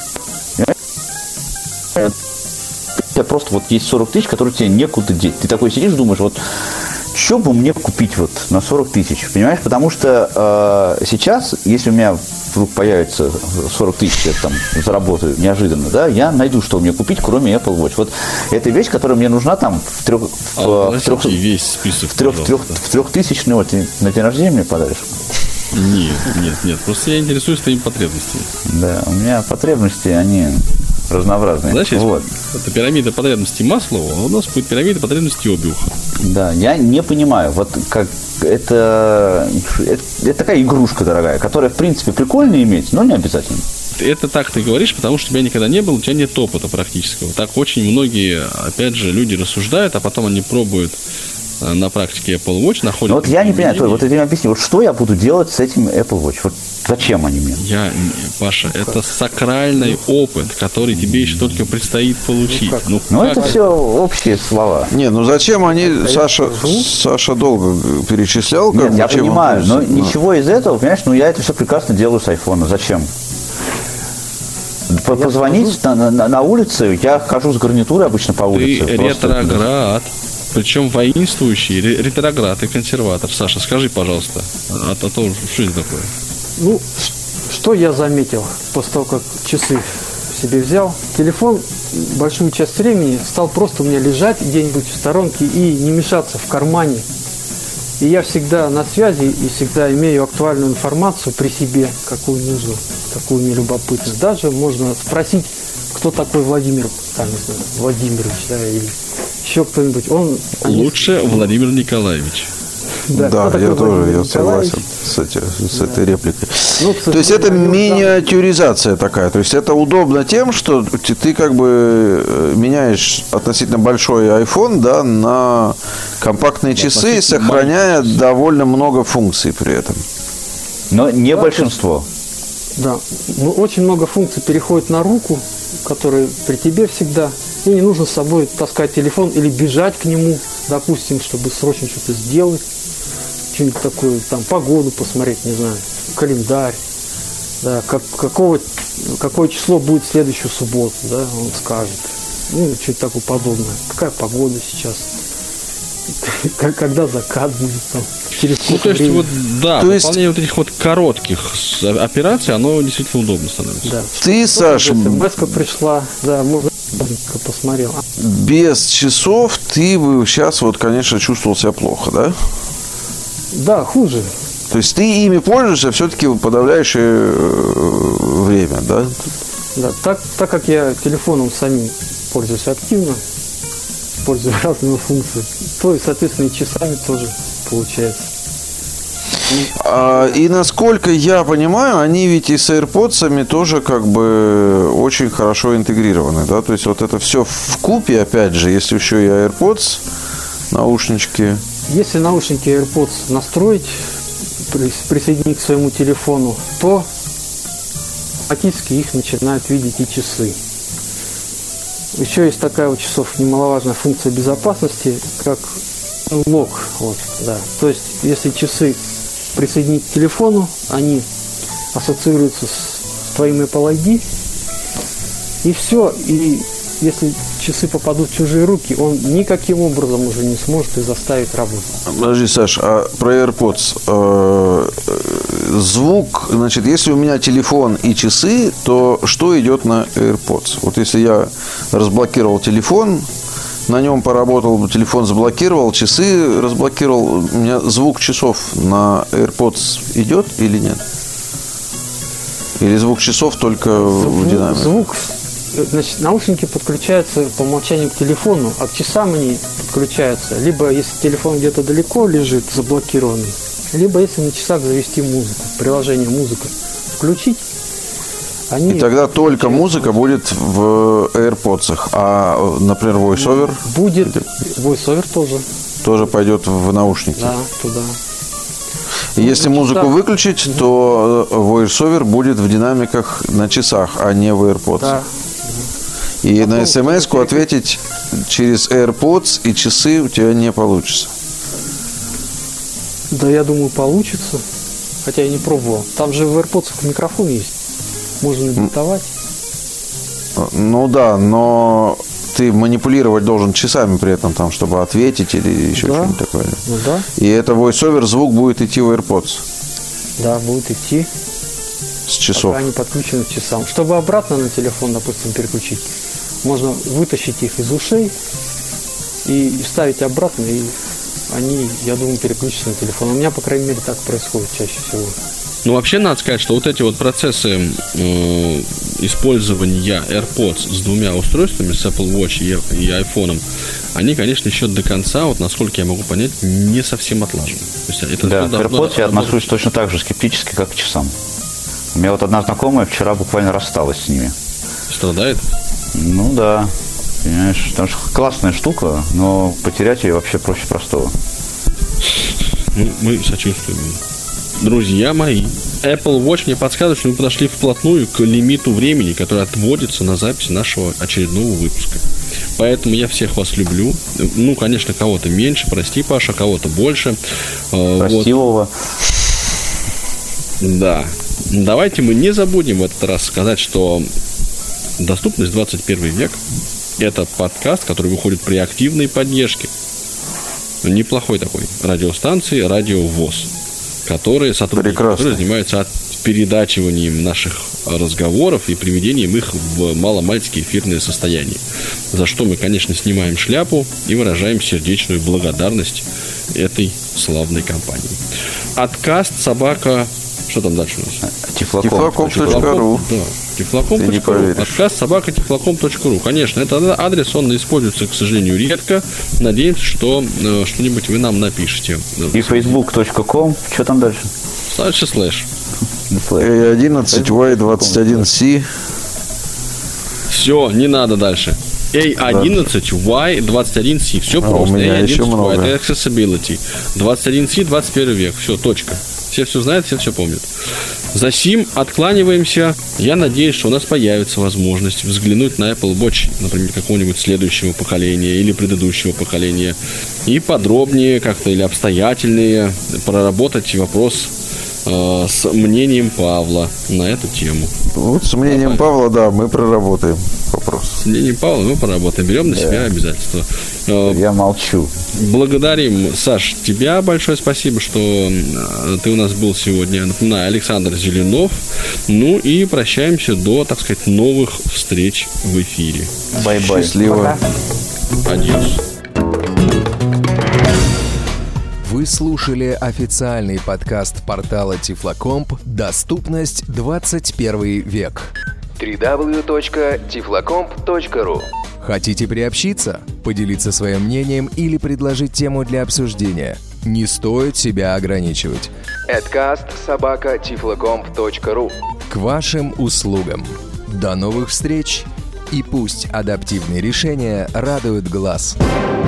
просто вот есть 40 тысяч, которые тебе некуда деть. Ты такой сидишь, думаешь, вот что бы мне купить вот на 40 тысяч, понимаешь? Потому что сейчас, если у меня вдруг появится 40 тысяч, я там заработаю неожиданно, да, я найду, что мне купить, кроме Apple Watch. Вот это вещь, которая мне нужна там в трехтысячный, вот ты на день рождения мне подаришь? Нет, просто я интересуюсь твоими потребностями. Да, у меня потребности, они разнообразные. Значит, вот. Это пирамида потребностей Маслоу, а у нас будет пирамида потребностей Обиуха. Да, я не понимаю, вот как это такая игрушка дорогая, которая, в принципе, прикольно иметь, но не обязательно. Это так ты говоришь, потому что у тебя никогда не было, у тебя нет опыта практического. Так очень многие, опять же, люди рассуждают, а потом они пробуют на практике Apple Watch, находят... Вот я не понимаю, вот ты мне объясни, вот что я буду делать с этим Apple Watch? Вот зачем они мне? Паша, это сакральный опыт, который тебе еще только предстоит получить. Ну это все общие слова. Не, ну зачем они, Саша долго перечислял. Нет, я понимаю, но ничего из этого, понимаешь, я это все прекрасно делаю с айфона. Зачем? Позвонить на улице, я хожу с гарнитурой обычно по улице. Ты ретроград. Причем воинствующий ретроград и консерватор. Саша, скажи, пожалуйста, а то что это такое? Ну, что я заметил после того, как часы себе взял? Телефон большую часть времени стал просто у меня лежать где-нибудь в сторонке и не мешаться в кармане. И я всегда на связи и всегда имею актуальную информацию при себе, какую нужно, такую нелюбопытную. Даже можно спросить, кто такой Владимир, там, не знаю, Владимирович, да, или еще кто-нибудь. Лучше Владимир Николаевич. Да, я тоже согласен с этой репликой. То есть это миниатюризация такая. То есть это удобно тем, что ты как бы меняешь относительно большой iPhone, да, на компактные часы, сохраняя довольно много функций при этом. Но не Да, большинство. Да, ну, очень много функций переходит на руку, которые при тебе всегда. И не нужно с собой таскать телефон или бежать к нему, допустим, чтобы срочно что-то сделать. Что-нибудь такое, там, погоду посмотреть, не знаю, календарь. Да, какое число будет в следующую субботу, да, он скажет. Ну, что-то такое подобное. Какая погода сейчас? Когда закат будет там? Через Ну, то есть, время. вот, да, То есть- выполнение вот этих вот коротких операций, оно действительно удобно становится. Да. Ты, Саша, СМС-ка пришла, да, можно посмотрел. без часов ты бы сейчас вот, конечно, чувствовал себя плохо, да? Да, хуже. То есть ты ими пользуешься все-таки подавляющее время, да? Да, так как я телефоном самим пользуюсь активно, использую разные функции, то и, соответственно, и часами тоже получается. И насколько я понимаю, они ведь и с AirPods'ами тоже как бы очень хорошо интегрированы, да? То есть вот это все вкупе, опять же, если еще и AirPods, наушнички. Если наушники AirPods настроить, присоединить к своему телефону, то автоматически их начинают видеть и часы. Еще есть такая у часов немаловажная функция безопасности, как лог. Вот, да. То есть, если часы присоединить к телефону, они ассоциируются с твоим Apple ID, и все. И если часы попадут в чужие руки, он никаким образом уже не сможет их заставить работать. Подожди, Саш, а про AirPods звук, значит, если у меня телефон и часы, то что идет на AirPods? Вот если я разблокировал телефон, на нем поработал, телефон заблокировал, часы разблокировал, у меня звук часов на AirPods идет или нет? Или звук часов только в динамике? Звук, значит, наушники подключаются по умолчанию к телефону, а к часам они подключаются либо если телефон где-то далеко лежит, заблокированный, либо если на часах завести музыку, приложение музыка включить, они... И тогда только музыка будет в AirPods, а, например, VoiceOver Будет VoiceOver тоже пойдет в наушники. да, туда. И если музыку выключить, то VoiceOver будет в динамиках на часах, а не в AirPods. Да. И на смс-ку ответить через AirPods и часы у тебя не получится. Да, я думаю, получится. Хотя я не пробовал. Там же в AirPods микрофон есть. Можно диктовать. Ну да, но ты манипулировать должен часами при этом, там, чтобы ответить или еще Да. что-нибудь такое. Ну да, И это VoiceOver звук будет идти в AirPods да, будет идти, с часов. пока они подключены к часам. Чтобы обратно на телефон, допустим, переключить, можно вытащить их из ушей и вставить обратно, и они, я думаю, переключатся на телефон. У меня, по крайней мере, так происходит чаще всего. Ну, вообще, надо сказать, что вот эти вот процессы использования AirPods с двумя устройствами, с Apple Watch и iPhone, они, конечно, еще до конца, вот насколько я могу понять, не совсем отлажены. То есть это Да, всё к должно AirPods я работать. отношусь точно так же скептически, как к часам. У меня вот одна знакомая вчера буквально рассталась с ними. Страдает? Ну да, понимаешь, потому что классная штука, но потерять ее вообще проще простого. Ну, мы сочувствуем. Друзья мои, Apple Watch мне подсказывает, что мы подошли вплотную к лимиту времени, который отводится на запись нашего очередного выпуска. Поэтому я всех вас люблю. Ну, конечно, кого-то меньше, прости, Паша, кого-то больше. Прости, Вова. Да. Давайте мы не забудем в этот раз сказать, что «Доступность 21 век» — это подкаст, который выходит при активной поддержке неплохой такой радиостанции «Радио ВОС», которые сотрудники, которые занимаются передачиванием наших разговоров и приведением их в маломальски эфирное состояние. За что мы, конечно, снимаем шляпу и выражаем сердечную благодарность этой славной компании. Откаст собака... Что там дальше у нас? Тифлоком.ру. Да, тифлоком.ру. Подкаст собака тифлоком.ру. Конечно, это адрес, он используется, к сожалению, редко. Надеемся, что что-нибудь вы нам напишете. И facebook.com. Что там дальше? Дальше слэш. A11Y21C. Все, не надо дальше. A11Y21C. Все просто. У меня еще A11Y много. это accessibility. 21C, 21 век. Все, точка. Все знают, все помнят. Засим откланиваемся. Я надеюсь, что у нас появится возможность взглянуть на Apple Watch, например, какого-нибудь следующего поколения или предыдущего поколения, и подробнее как-то или обстоятельнее проработать вопрос с мнением Павла на эту тему. Вот с мнением Павла, да, мы проработаем вопрос. С мнением Павла мы проработаем, берем на себя обязательства. Я молчу. Благодарим, Саш, тебя большое спасибо, что ты у нас был сегодня. Напоминаю, Александр Зеленов. Ну и прощаемся до, так сказать, новых встреч в эфире. Бай-бай. Счастливо. Адьос. Вы слушали официальный подкаст портала Тифлокомп «Доступность 21 век». www.tiflocomp.ru. Хотите приобщиться, поделиться своим мнением или предложить тему для обсуждения? Не стоит себя ограничивать. @tiflocomp.ru. К вашим услугам. До новых встреч, и пусть адаптивные решения радуют глаз.